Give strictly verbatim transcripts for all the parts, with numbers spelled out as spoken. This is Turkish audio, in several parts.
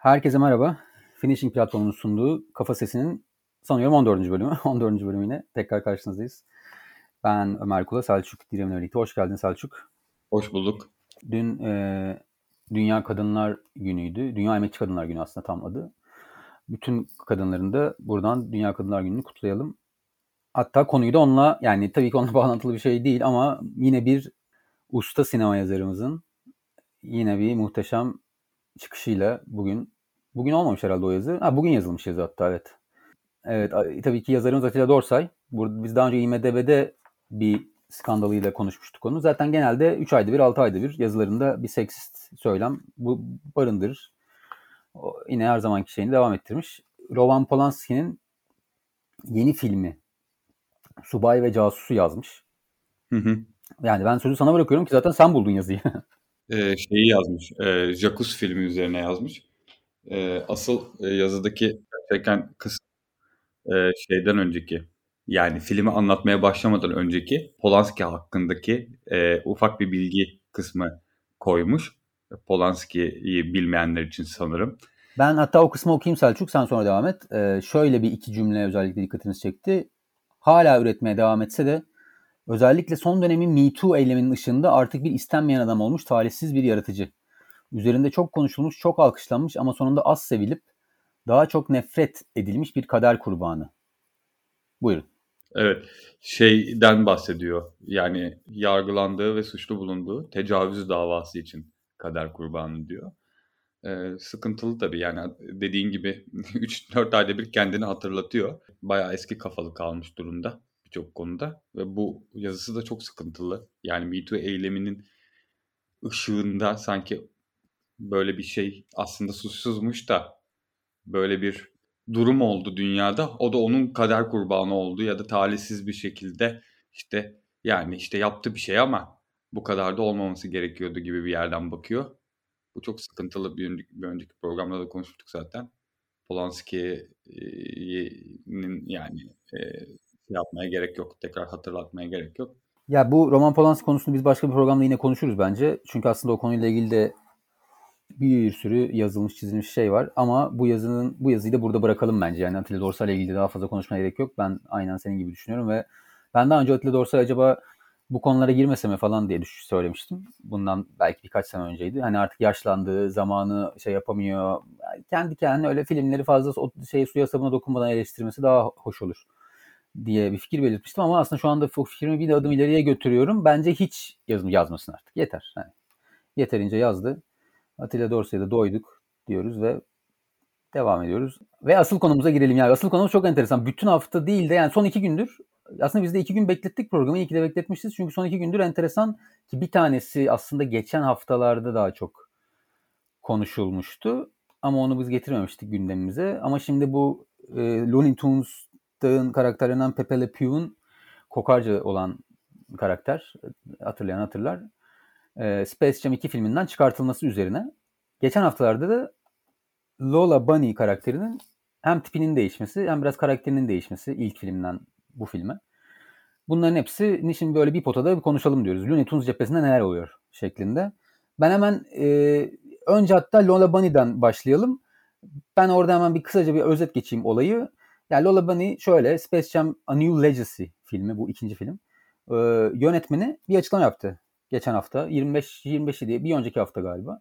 Herkese merhaba. Finishing platformunun sunduğu Kafa Sesi'nin sanıyorum on dördüncü bölümü. on dördüncü bölümüyle tekrar karşınızdayız. Ben Ömer Kula, Selçuk Direm'le birlikte. Hoş geldin Selçuk. Hoş bulduk. Dün e, Dünya Kadınlar Günü'ydü. Dünya Emekçi Kadınlar Günü aslında tam adı. Bütün kadınların da buradan Dünya Kadınlar Günü'nü kutlayalım. Hatta konuyu da onunla, yani tabii ki onunla bağlantılı bir şey değil ama yine bir usta sinema yazarımızın yine bir muhteşem çıkışıyla bugün bugün olmamış herhalde o yazı. Ha, bugün yazılmış yazı hatta, evet. Evet, tabii ki yazarımız Atilla Dorsay. Burada biz daha önce IMDb'de bir skandalıyla konuşmuştuk onu. Zaten genelde üç ayda bir, altı ayda bir yazılarında bir seksist söylem bu barındırır. O, yine her zamanki şeyini devam ettirmiş. Roman Polanski'nin yeni filmi Subay ve Casus'u yazmış. Hı hı. Yani ben sözü sana bırakıyorum ki zaten sen buldun yazıyı. Ee, şeyi yazmış. E, Jacuzzi filmi üzerine yazmış. E, asıl e, yazıdaki gerçekten kısım e, şeyden önceki, yani filmi anlatmaya başlamadan önceki Polanski hakkındaki e, ufak bir bilgi kısmı koymuş. Polanski'yi bilmeyenler için sanırım. Ben hatta o kısmı okuyayım Selçuk, sen sonra devam et. Ee, şöyle bir iki cümle özellikle dikkatinizi çekti. Hala üretmeye devam etse de özellikle son dönemin Me Too eyleminin ışığında artık bir istenmeyen adam olmuş talihsiz bir yaratıcı. Üzerinde çok konuşulmuş, çok alkışlanmış ama sonunda az sevilip daha çok nefret edilmiş bir kader kurbanı. Buyurun. Evet, şeyden bahsediyor. Yani yargılandığı ve suçlu bulunduğu tecavüz davası için kader kurbanı diyor. Ee, sıkıntılı tabii, yani dediğin gibi üç dört ayda bir kendini hatırlatıyor. Bayağı eski kafalı kalmış durumda birçok konuda ve bu yazısı da çok sıkıntılı. Yani Me Too eyleminin ışığında sanki böyle bir şey aslında suçsuzmuş da böyle bir durum oldu dünyada. O da onun kader kurbanı oldu ya da talihsiz bir şekilde işte, yani işte yaptı bir şey ama bu kadar da olmaması gerekiyordu gibi bir yerden bakıyor. Bu çok sıkıntılı. Bir önceki, bir önceki programda da konuşmuştuk zaten. Polanski'nin yani e, şey yapmaya gerek yok. Tekrar hatırlatmaya gerek yok. Ya bu Roman Polanski konusunu biz başka bir programda yine konuşuruz bence. Çünkü aslında o konuyla ilgili de bir sürü yazılmış çizilmiş şey var. Ama bu yazının bu yazıyı da burada bırakalım bence. Yani Atilla Dorsal ile ilgili daha fazla konuşmaya gerek yok. Ben aynen senin gibi düşünüyorum ve ben daha önce Atilla Dorsal acaba bu konulara girmese mi falan diye düş söylemiştim. Bundan belki birkaç sene önceydi. Hani artık yaşlandığı, zamanı şey yapamıyor. Kendi kendine öyle filmleri fazla o şey suya sabuna dokunmadan eleştirmesi daha hoş olur diye bir fikir belirtmiştim ama aslında şu anda bu fikrimi bir de adım ileriye götürüyorum. Bence hiç yazım yazmasın artık. Yeter. Yani yeterince yazdı. Atilla Dorsay'a da doyduk diyoruz ve devam ediyoruz. Ve asıl konumuza girelim. Yani asıl konumuz çok enteresan. Bütün hafta değil de yani son iki gündür, aslında biz de iki gün beklettik programı. İyi ki de bekletmişiz. Çünkü son iki gündür enteresan ki bir tanesi aslında geçen haftalarda daha çok konuşulmuştu. Ama onu biz getirmemiştik gündemimize. Ama şimdi bu e, Looney Tunes'ın karakterlerinden Pepe Le Pew'un kokarca olan karakter, hatırlayan hatırlar. E, Space Jam iki filminden çıkartılması üzerine. Geçen haftalarda da Lola Bunny karakterinin hem tipinin değişmesi hem biraz karakterinin değişmesi ilk filmden bu filme. Bunların hepsini şimdi böyle bir potada bir konuşalım diyoruz. Looney Tunes cephesinde neler oluyor şeklinde. Ben hemen e, önce hatta Lola Bunny'den başlayalım. Ben orada hemen bir kısaca bir özet geçeyim olayı. Yani Lola Bunny şöyle, Space Jam A New Legacy filmi, bu ikinci film. E, yönetmeni bir açıklama yaptı geçen hafta. yirmi beş yirmi beşi diye bir önceki hafta galiba.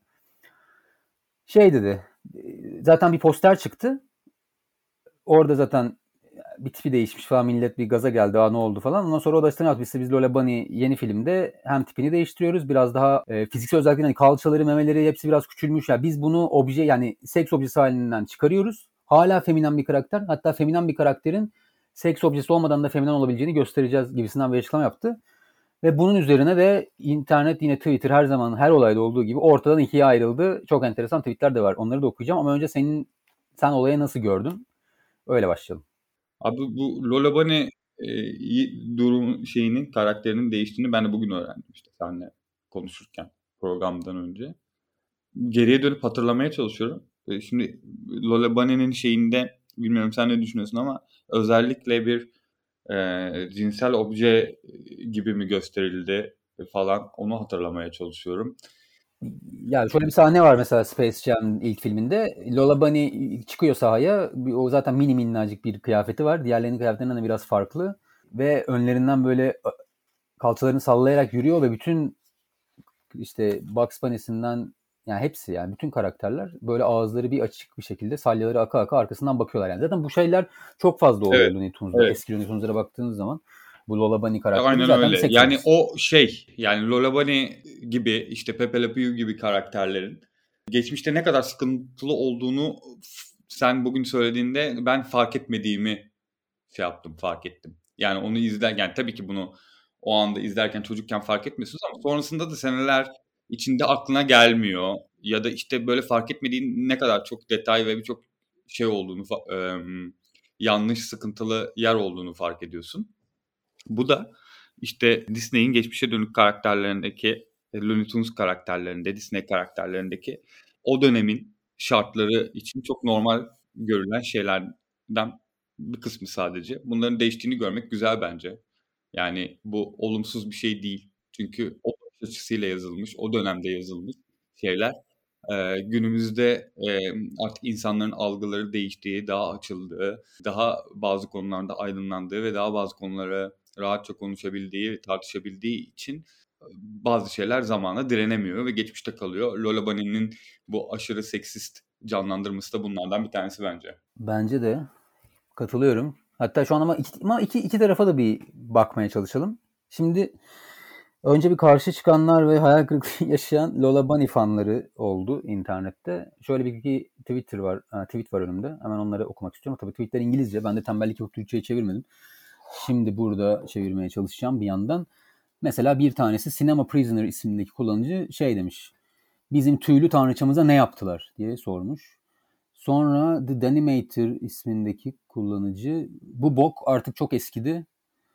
Şey dedi, zaten bir poster çıktı. Orada zaten bir tipi değişmiş falan, millet bir gaza geldi. Aa ne oldu falan. Ondan sonra o da işte ne yaptı? Biz, biz Lola Bunny yeni filmde hem tipini değiştiriyoruz. Biraz daha e, fiziksel özellikle hani kalçaları, memeleri hepsi biraz küçülmüş. Yani biz bunu obje, yani seks objesi halinden çıkarıyoruz. Hala feminen bir karakter. Hatta feminen bir karakterin seks objesi olmadan da feminen olabileceğini göstereceğiz gibisinden bir açıklama yaptı. Ve bunun üzerine de internet, yine Twitter her zaman her olayda olduğu gibi ortadan ikiye ayrıldı. Çok enteresan tweetler de var. Onları da okuyacağım ama önce senin sen olayı nasıl gördün? Öyle başlayalım. Abi bu Lola Bunny e, durum şeyinin, karakterinin değiştiğini ben de bugün öğrendim işte seninle konuşurken, programdan önce. Geriye dönüp hatırlamaya çalışıyorum. E, şimdi Lola Bunny'nin şeyinde, bilmiyorum sen ne düşünüyorsun ama özellikle bir e, cinsel obje gibi mi gösterildi falan, onu hatırlamaya çalışıyorum. Yani şöyle bir sahne var mesela Space Jam ilk filminde. Lola Bunny çıkıyor sahaya. O zaten mini minnacık bir kıyafeti var. Diğerlerinin kıyafetlerinden de biraz farklı. Ve önlerinden böyle kalçalarını sallayarak yürüyor ve bütün işte Bugs Bunny'sinden yani hepsi yani bütün karakterler böyle ağızları bir açık bir şekilde salyaları aka aka arkasından bakıyorlar. Yani zaten bu şeyler çok fazla oluyor Evet. Looney Tunes'da. Evet. Eski Looney Tunes'lara baktığınız zaman bu Lola Bunny karakteri Aynen zaten bir öyle. seks Yani objesi. o şey yani Lola Bunny gibi işte Pepe Le Pew gibi karakterlerin geçmişte ne kadar sıkıntılı olduğunu sen bugün söylediğinde ben fark etmediğimi şey yaptım, fark ettim. Yani onu izlerken yani tabii ki bunu o anda izlerken çocukken fark etmiyorsunuz ama sonrasında da seneler içinde aklına gelmiyor. Ya da işte böyle fark etmediğin ne kadar çok detay ve birçok şey olduğunu, yanlış, sıkıntılı yer olduğunu fark ediyorsun. Bu da işte Disney'in geçmişe dönük karakterlerindeki, Looney Tunes karakterlerinde, Disney karakterlerindeki o dönemin şartları için çok normal görülen şeylerden bir kısmı sadece. Bunların değiştiğini görmek güzel bence. Yani bu olumsuz bir şey değil. Çünkü o bakış açısıyla yazılmış, o dönemde yazılmış şeyler. Ee, günümüzde e, artık insanların algıları değiştiği, daha açıldığı, daha bazı konularda aydınlandığı ve daha bazı konulara rahatça konuşabildiği, tartışabildiği için bazı şeyler zamana direnemiyor ve geçmişte kalıyor. Lola Bunny'nin bu aşırı seksist canlandırması da bunlardan bir tanesi bence. Bence de katılıyorum. Hatta şu an ama iki, ama iki, iki tarafa da bir bakmaya çalışalım. Şimdi önce bir karşı çıkanlar ve hayal kırıklığı yaşayan Lola Bunny fanları oldu internette. Şöyle bir iki Twitter var, tweet var önümde. Hemen onları okumak istiyorum. Tabii tweetler İngilizce. Ben de tembellik yapıp Türkçe'ye çevirmedim. Şimdi burada çevirmeye çalışacağım bir yandan. Mesela bir tanesi Cinema Prisoner isimdeki kullanıcı şey demiş. Bizim tüylü tanrıçamıza ne yaptılar diye sormuş. Sonra The Danimator ismindeki kullanıcı bu bok artık çok eskidi.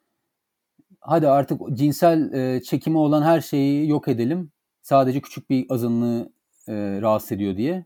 Hadi artık cinsel e, çekimi olan her şeyi yok edelim. Sadece küçük bir azınlığı e, rahatsız ediyor diye.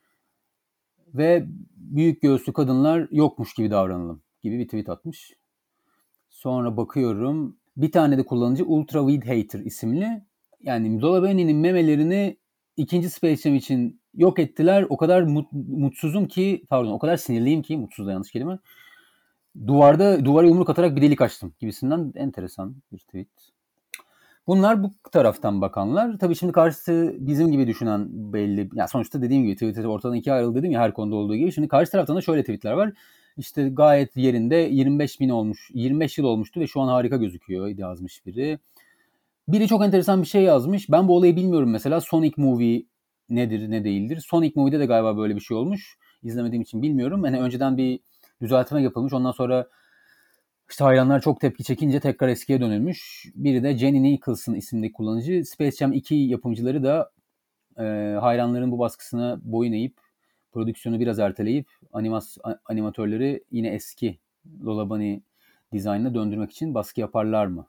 Ve büyük göğüslü kadınlar yokmuş gibi davranalım gibi bir tweet atmış. Sonra bakıyorum. Bir tane de kullanıcı Ultra Weed Hater isimli. Yani Lola Bunny'nin memelerini ikinci Space Jam için yok ettiler. O kadar mut, mutsuzum ki, pardon o kadar sinirliyim ki, mutsuz da yanlış kelime. Duvarda duvara yumruk atarak bir delik açtım gibisinden enteresan bir tweet. Bunlar bu taraftan bakanlar. Tabii şimdi karşısı bizim gibi düşünen belli. Yani sonuçta dediğim gibi Twitter ortadan ikiye ayrıldı dedim ya her konuda olduğu gibi. Şimdi karşı taraftan da şöyle tweetler var. İşte gayet yerinde yirmi beş bin olmuş, yirmi beş yıl olmuştu ve şu an harika gözüküyor yazmış biri. Biri çok enteresan bir şey yazmış. Ben bu olayı bilmiyorum mesela. Sonic Movie nedir ne değildir. Sonic Movie'de de galiba böyle bir şey olmuş. İzlemediğim için bilmiyorum. Yani önceden bir düzeltme yapılmış. Ondan sonra işte hayranlar çok tepki çekince tekrar eskiye dönülmüş. Biri de Jenny Nicholson isimli kullanıcı. Space Jam iki yapımcıları da e, hayranların bu baskısına boyun eğip prodüksiyonu biraz erteleyip animas, animatörleri yine eski Lola Bunny dizaynına döndürmek için baskı yaparlar mı?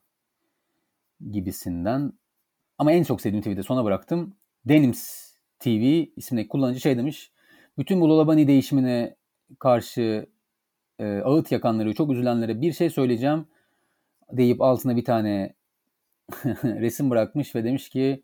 Gibisinden. Ama en çok sevdiğim tweet'i sona bıraktım. Denims T V isimli kullanıcı şey demiş. Bütün bu Lola Bunny değişimine karşı e, ağıt yakanları, çok üzülenlere bir şey söyleyeceğim deyip altına bir tane resim bırakmış ve demiş ki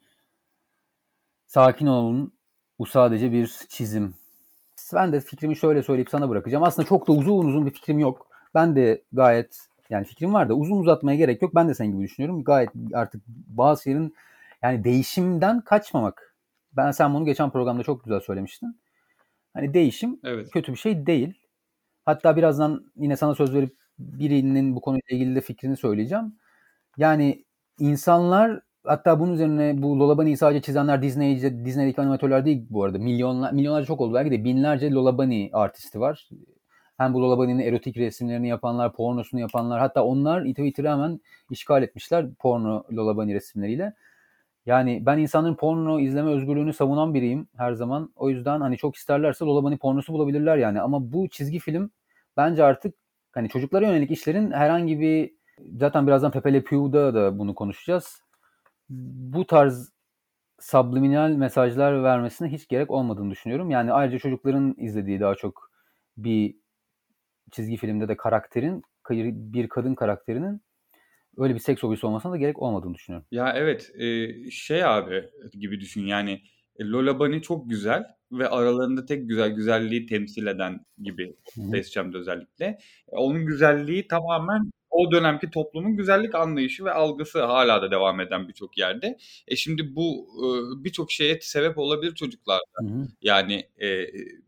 sakin olun, bu sadece bir çizim. Ben de fikrimi şöyle söyleyip sana bırakacağım. Aslında çok da uzun uzun bir fikrim yok. Ben de gayet yani fikrim var da uzun uzatmaya gerek yok. Ben de senin gibi düşünüyorum. Gayet artık bazı şeylerin yani değişimden kaçmamak. Ben sen bunu geçen programda çok güzel söylemiştin. Hani değişim Evet. kötü bir şey değil. Hatta birazdan yine sana söz verip birinin bu konuyla ilgili de fikrini söyleyeceğim. Yani insanlar hatta bunun üzerine bu Lola Bunny'yi sadece çizenler Disney'de, Disney'deki animatörler değil bu arada. Milyonlar, milyonlarca çok oldu belki de binlerce Lola Bunny artisti var. Hem bu Lola Bunny'nin erotik resimlerini yapanlar, pornosunu yapanlar hatta onlar Twitter'ı hemen işgal etmişler porno Lola Bunny resimleriyle. Yani ben insanların porno izleme özgürlüğünü savunan biriyim her zaman. O yüzden hani çok isterlerse Lola Bunny pornosu bulabilirler yani. Ama bu çizgi film bence artık hani çocuklara yönelik işlerin herhangi bir zaten birazdan Pepe Le Pew'da da bunu konuşacağız. Bu tarz subliminal mesajlar vermesine hiç gerek olmadığını düşünüyorum. Yani ayrıca çocukların izlediği daha çok bir çizgi filmde de karakterin bir kadın karakterinin öyle bir seks objesi olmasına da gerek olmadığını düşünüyorum. Ya evet e, şey abi gibi düşün yani E, Lola Bunny çok güzel ve aralarında tek güzel güzelliği temsil eden gibi Hı hı. Space Jam'de özellikle. E, onun güzelliği tamamen o dönemki toplumun güzellik anlayışı ve algısı hala da devam eden birçok yerde. E şimdi bu e, birçok şeye sebep olabilir çocuklarda. Hı hı. Yani e,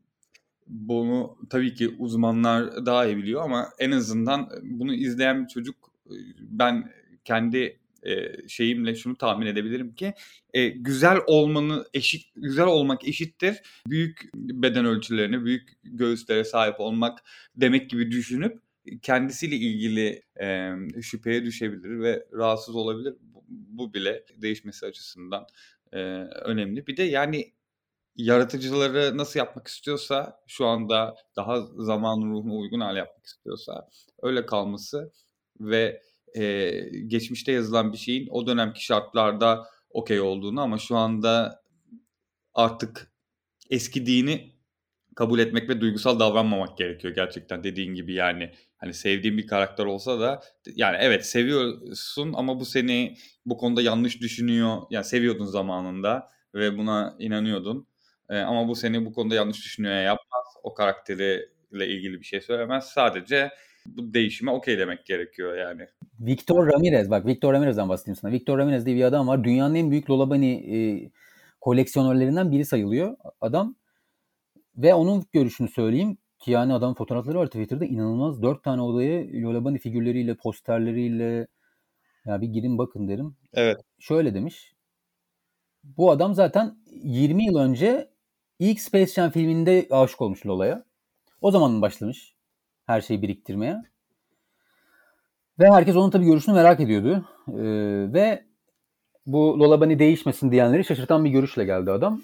bunu tabii ki uzmanlar daha iyi biliyor ama en azından bunu izleyen bir çocuk, ben kendi e, şeyimle şunu tahmin edebilirim ki e, güzel olmanı eşit güzel olmak eşittir büyük beden ölçülerine, büyük göğüslere sahip olmak demek gibi düşünüp kendisiyle ilgili e, şüpheye düşebilir ve rahatsız olabilir. Bu, bu bile değişmesi açısından e, önemli. Bir de yani yaratıcıları nasıl yapmak istiyorsa, şu anda daha zamanın ruhuna uygun hale yapmak istiyorsa öyle kalması ve e, geçmişte yazılan bir şeyin o dönemki şartlarda okey olduğunu ama şu anda artık eskidiğini kabul etmek ve duygusal davranmamak gerekiyor gerçekten, dediğin gibi. Yani hani sevdiğin bir karakter olsa da, yani evet seviyorsun ama bu seni bu konuda yanlış düşünüyor. Yani seviyordun zamanında ve buna inanıyordun. Ee, ama bu seni bu konuda yanlış düşünüyor yapmaz. O karakteriyle ilgili bir şey söylemez. Sadece bu değişime okey demek gerekiyor yani. Victor Ramirez, bak Victor Ramirez'den bahsedeyim sana. Victor Ramirez diye bir adam var. Dünyanın en büyük Lola Bunny e, koleksiyonörlerinden biri sayılıyor adam. Ve onun görüşünü söyleyeyim ki yani adamın fotoğrafları var Twitter'da, inanılmaz. Dört tane odayı Lola Bunny figürleriyle, posterleriyle, ya bir girin bakın derim. Evet. Şöyle demiş. Bu adam zaten yirmi yıl önce ilk Space Jam filminde aşık olmuş Lola'ya. O zaman başlamış her şeyi biriktirmeye. Ve herkes onun tabii görüşünü merak ediyordu. Ee, ve bu Lola Bunny değişmesin diyenleri şaşırtan bir görüşle geldi adam.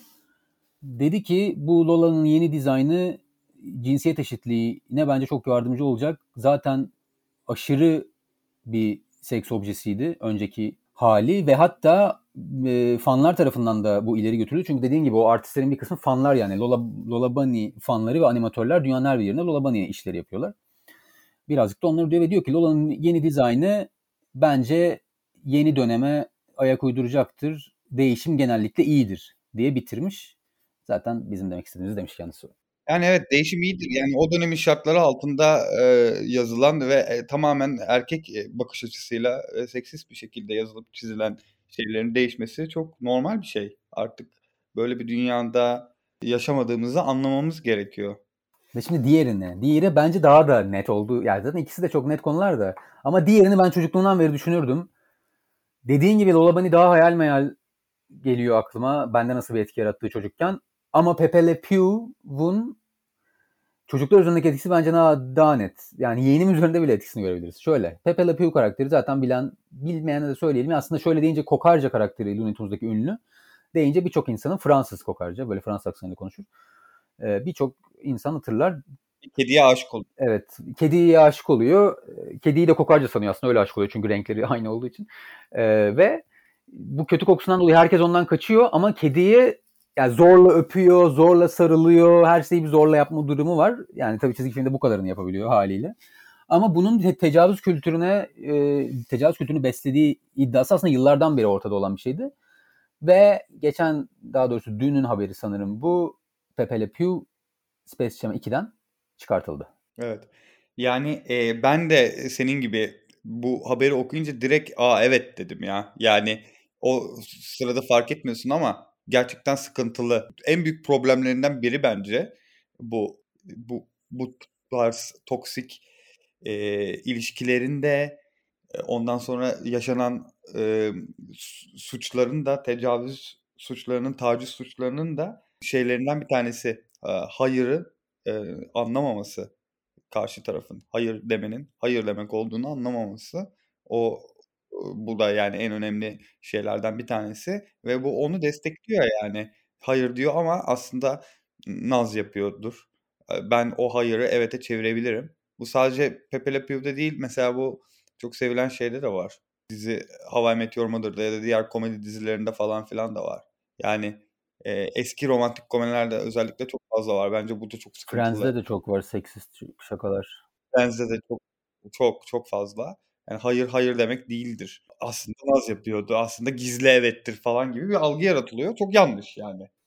Dedi ki bu Lola'nın yeni dizaynı cinsiyet eşitliğine bence çok yardımcı olacak. Zaten aşırı bir seks objesiydi önceki hali ve hatta e, fanlar tarafından da bu ileri götürüldü. Çünkü dediğin gibi o artistlerin bir kısmı fanlar, yani Lola, Lola Bunny fanları ve animatörler dünyanın her bir yerinde Lola Bunny işleri yapıyorlar. Birazcık da onları diyor ve diyor ki Lola'nın yeni dizaynı bence yeni döneme ayak uyduracaktır. Değişim genellikle iyidir diye bitirmiş. Zaten bizim demek istediğimizi demiş kendisi. Yani evet, değişim iyidir. Yani o dönemin şartları altında e, yazılan ve e, tamamen erkek e, bakış açısıyla e, seksist bir şekilde yazılıp çizilen şeylerin değişmesi çok normal bir şey. Artık böyle bir dünyada yaşamadığımızı anlamamız gerekiyor. Ve şimdi diğerini. Diğeri bence daha da net oldu. Yani zaten ikisi de çok net konular da. Ama diğerini ben çocukluğumdan beri düşünürdüm. Dediğin gibi Lola Bunny daha hayal meyal geliyor aklıma. Bende nasıl bir etki yarattığı çocukken. Ama Pepe Le Pew'un çocuklar üzerindeki etkisi bence daha, daha net. Yani yeğenim üzerinde bile etkisini görebiliriz. Şöyle. Pepe Le Pew karakteri zaten bilen, bilmeyene de söyleyelim. Aslında şöyle deyince Kokarca karakteri Looney Tunes'daki ünlü. Deyince birçok insanın Fransız Kokarca. Böyle Fransız aksanıyla konuşur. Ee, birçok insan hatırlar. Kediye aşık oldum. Evet. Kediye aşık oluyor. Kediyi de kokarca sanıyor aslında. Öyle aşık oluyor çünkü renkleri aynı olduğu için. Ee, ve bu kötü kokusundan dolayı herkes ondan kaçıyor ama kediye yani zorla öpüyor, zorla sarılıyor. Her şeyi bir zorla yapma durumu var. Yani tabii çizgi filmde bu kadarını yapabiliyor haliyle. Ama bunun te- tecavüz kültürüne, e, tecavüz kültürünü beslediği iddiası aslında yıllardan beri ortada olan bir şeydi. Ve geçen, daha doğrusu dünün haberi sanırım bu, Pepe Le Pew Space Jam ikiden çıkartıldı. Evet. Yani e, ben de senin gibi bu haberi okuyunca direkt aa evet dedim ya. Yani o sırada fark etmiyorsun ama gerçekten sıkıntılı. En büyük problemlerinden biri bence bu bu bu tarz toksik e, ilişkilerin de e, ondan sonra yaşanan e, suçların da, tecavüz suçlarının, taciz suçlarının da şeylerinden bir tanesi. E, hayırı e, anlamaması, karşı tarafın hayır demenin hayır demek olduğunu anlamaması. O bu da yani en önemli şeylerden bir tanesi ve bu onu destekliyor yani. Hayır diyor ama aslında naz yapıyordur. Ben o hayırı evete çevirebilirim. Bu sadece Pepe Le Pew'de değil, mesela bu çok sevilen şeyde de var. Dizi How I Met Your Mother'da ya da diğer komedi dizilerinde falan filan da var. Yani e, eski romantik komedilerde özellikle çok fazla var. Bence bu da çok sıkıntılı. Friends'de de çok var seksist şakalar. Friends'de de çok çok çok fazla. Yani hayır hayır demek değildir. Aslında naz yapıyordu. Aslında gizli evettir falan gibi bir algı yaratılıyor. Çok yanlış yani.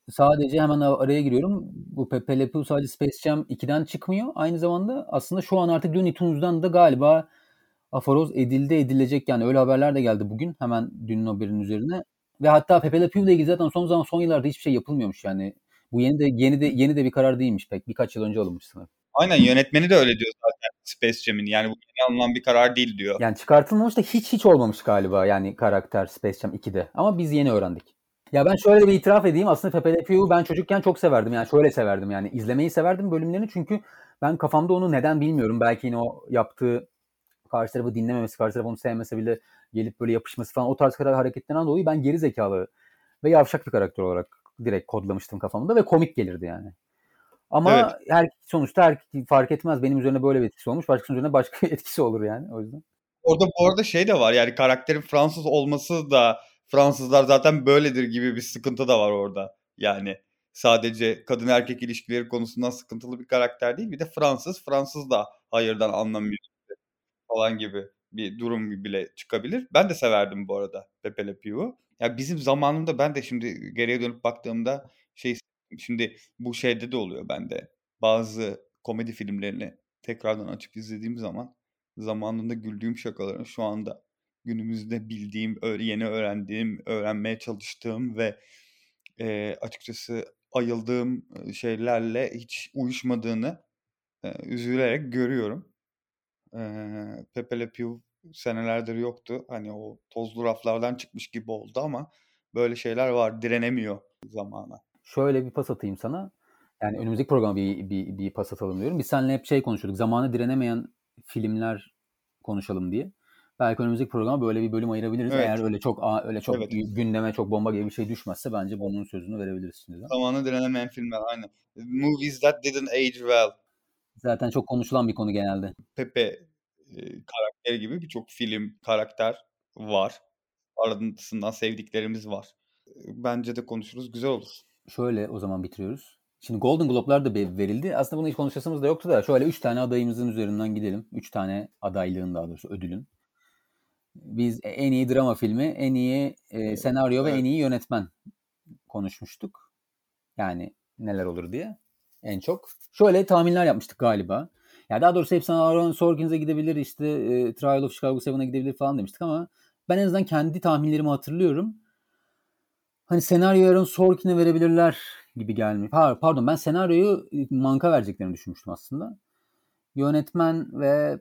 Sadece hemen araya giriyorum. Bu Pepe Le Pew sadece Space Jam ikiden çıkmıyor. Aynı zamanda aslında şu an artık Looney Tunes'dan da galiba aforoz edildi edilecek, yani öyle haberler de geldi bugün hemen dünün haberinin üzerine. Ve hatta Pepe Le Pew'le ilgili zaten son zaman son yıllarda hiçbir şey yapılmıyormuş yani. Bu yeni de yeni de yeni de bir karar değilmiş pek. Birkaç yıl önce alınmış sanırım. Aynen, yönetmeni de öyle diyor zaten Space Jam'in. Yani bu yeni alınan bir karar değil diyor. Yani çıkartılmamış da hiç hiç olmamış galiba yani karakter Space Jam ikide. Ama biz yeni öğrendik. Ya ben şöyle bir itiraf edeyim. Aslında Pepe Le Pew'u ben çocukken çok severdim. Yani şöyle severdim yani. İzlemeyi severdim bölümlerini, çünkü ben kafamda onu neden bilmiyorum. Belki yine o yaptığı, karşı tarafı dinlememesi, karşı tarafı onu sevmese bile gelip böyle yapışması falan, o tarz hareketlerinden dolayı ben geri zekalı ve yavşak bir karakter olarak direkt kodlamıştım kafamda ve komik gelirdi yani. Evet. Ama her sonuçta her fark etmez. Benim üzerine böyle bir etkisi olmuş. Başkasının üzerine başka bir etkisi olur yani, o yüzden. Orada bu arada şey de var, yani karakterin Fransız olması da, Fransızlar zaten böyledir gibi bir sıkıntı da var orada. Yani sadece kadın erkek ilişkileri konusundan sıkıntılı bir karakter değil. Bir de Fransız, Fransız da hayırdan anlamıyor falan gibi bir durum bile çıkabilir. Ben de severdim bu arada Pepe Le Pew'u. Ya bizim zamanında ben de şimdi geriye dönüp baktığımda şey, şimdi bu şeyde de oluyor bende. Bazı komedi filmlerini tekrardan açıp izlediğim zaman zamanında güldüğüm şakaların şu anda günümüzde bildiğim, yeni öğrendiğim, öğrenmeye çalıştığım ve e, açıkçası ayıldığım şeylerle hiç uyuşmadığını e, üzülerek görüyorum. Eee, Pepe Le Pew senelerdir yoktu. Hani o tozlu raflardan çıkmış gibi oldu ama böyle şeyler var. Direnemiyor zamana. Şöyle bir pas atayım sana. Yani önümüzdeki programa bir, bir, bir pas atalım diyorum. Biz seninle hep şey konuşuyorduk. Zamanı direnemeyen filmler konuşalım diye. Belki önümüzdeki programa böyle bir bölüm ayırabiliriz. Evet. Eğer öyle çok öyle çok Evet. gündeme çok bomba gibi bir şey düşmezse bence bunun sözünü verebiliriz şimdiden. Zamana direnemeyen filmler, aynen. Movies that didn't age well. Zaten çok konuşulan bir konu genelde. Pepe e, karakteri gibi birçok film, karakter var. Arasından sevdiklerimiz var. Bence de konuşuruz. Güzel olur. Şöyle o zaman bitiriyoruz. Şimdi Golden Globe'lar da verildi. Aslında bunu hiç konuşasımız da yoktu da şöyle üç tane adayımızın üzerinden gidelim. üç tane adaylığın, daha doğrusu ödülün. Biz en iyi drama filmi, en iyi e, senaryo Evet. ve en iyi yönetmen konuşmuştuk. Yani neler olur diye en çok. Şöyle tahminler yapmıştık galiba. Yani daha doğrusu hepsine Aaron Sorkins'e gidebilir, işte e, Trial of Chicago seven'a gidebilir falan demiştik ama ben en azından kendi tahminlerimi hatırlıyorum. Hani senaryoyu Aaron Sorkin'e verebilirler gibi gelmiyor. Ha, pardon, ben senaryoyu Mank'a vereceklerini düşünmüştüm aslında. Yönetmen ve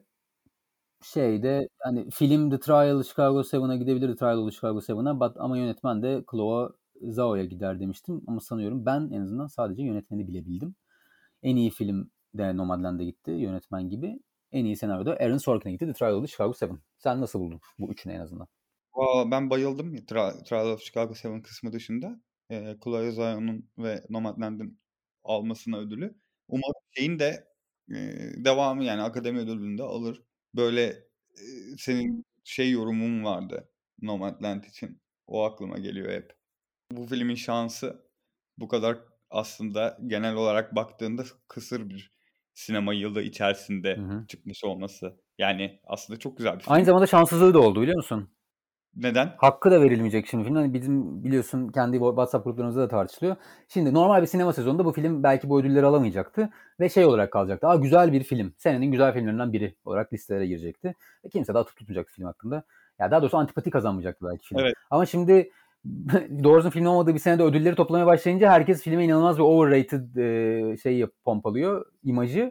şeyde hani film The Trial of Chicago seven'a gidebilir, The Trial of Chicago seven'a, but, ama yönetmen de Chloe Zhao'ya gider demiştim. Ama sanıyorum ben en azından sadece yönetmeni bilebildim. En iyi film de Nomadland'e gitti yönetmen gibi. En iyi senaryoda Aaron Sorkin'e gitti, The Trial of Chicago seven. Sen nasıl buldun bu üçünü en azından? Aa, ben bayıldım Tra- Trial of Chicago seven kısmı dışında. E, Chloe Zhao'nun ve Nomadland'ın almasına ödülü. Umarım şeyin de e, devamı, yani akademi ödülünü de alır. Böyle e, senin şey yorumun vardı Nomadland için. O aklıma geliyor hep. Bu filmin şansı bu kadar aslında genel olarak baktığında kısır bir sinema yılı Hı içerisinde hı. çıkmış olması. Yani aslında çok güzel bir Aynı film. zamanda şanssızlığı da oldu, biliyor musun? Neden? Hakkı da verilmeyecek şimdi film. Hani bizim biliyorsun kendi WhatsApp gruplarımızda da tartışılıyor. Şimdi normal bir sinema sezonunda bu film belki bu ödülleri alamayacaktı. Ve şey olarak kalacaktı. Aa, güzel bir film. Senenin güzel filmlerinden biri olarak listelere girecekti. Ve kimse de atıp tutmayacaktı film hakkında. Ya daha doğrusu antipati kazanmayacaktı belki film. Evet. Ama şimdi doğrusu film olmadığı bir senede ödülleri toplamaya başlayınca herkes filme inanılmaz bir overrated e, şey pompalıyor. İmajı.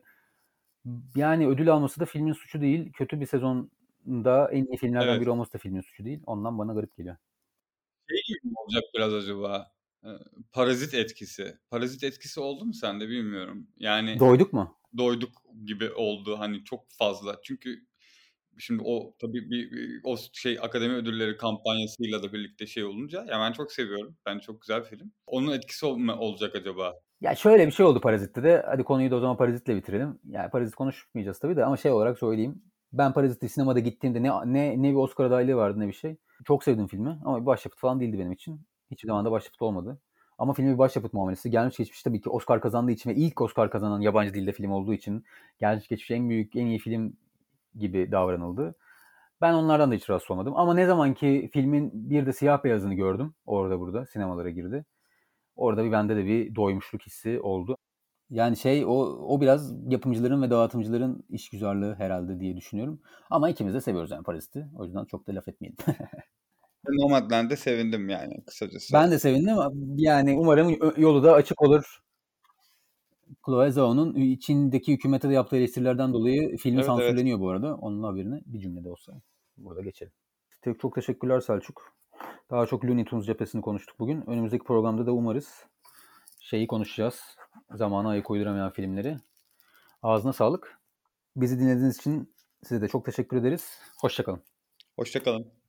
Yani ödül alması da filmin suçu değil. Kötü bir sezonda en iyi filmlerden Evet. biri olması da filmin suçu değil. Ondan bana garip geliyor. Şey gibi mi olacak biraz acaba? Ee, Parazit etkisi. Parazit etkisi oldu mu sende bilmiyorum. Yani Doyduk mu? doyduk gibi oldu hani çok fazla. Çünkü şimdi o tabii bir, bir o şey akademi ödülleri kampanyasıyla da birlikte şey olunca ya ben çok seviyorum. Ben çok güzel bir film. Onun etkisi ol- mu olacak acaba? Ya şöyle bir şey oldu Parazit'te de. Hadi konuyu da o zaman Parazit'le bitirelim. Yani Parazit konuşmayacağız tabii de ama şey olarak söyleyeyim. Ben Parazit'i sinemada gittiğimde ne ne ne bir Oscar adaylığı vardı ne bir şey. Çok sevdim filmi ama bir başyapıt falan değildi benim için. Hiçbir zaman da başyapıt olmadı. Ama filmi bir başyapıt muamelesi. Gelmiş geçmiş tabii ki Oscar kazandığı için ve ilk Oscar kazanan yabancı dilde film olduğu için gelmiş geçmiş en büyük, en iyi film gibi davranıldı. Ben onlardan da hiç rahatsız olmadım. Ama ne zaman ki filmin bir de siyah beyazını gördüm, orada burada sinemalara girdi. Orada bir bende de bir doymuşluk hissi oldu. Yani şey o o biraz yapımcıların ve dağıtımcıların işgüzarlığı herhalde diye düşünüyorum. Ama ikimiz de seviyoruz yani Parazit'i. O yüzden çok da laf etmeyelim. Nomadland'e sevindim yani kısacası. Ben de sevindim ama yani umarım yolu da açık olur. Chloe Zhao'nun Çin'deki hükümete de yaptığı eleştirilerden dolayı filmi Evet, evet. sansürleniyor bu arada. Onun haberini bir cümlede olsa burada geçelim. Çok, çok teşekkürler Selçuk. Daha çok Looney Tunes cephesini konuştuk bugün. Önümüzdeki programda da umarız şeyi konuşacağız. Zamana ayak uyduramayan filmleri. Ağzına sağlık. Bizi dinlediğiniz için size de çok teşekkür ederiz. Hoşça kalın. Hoşça kalın.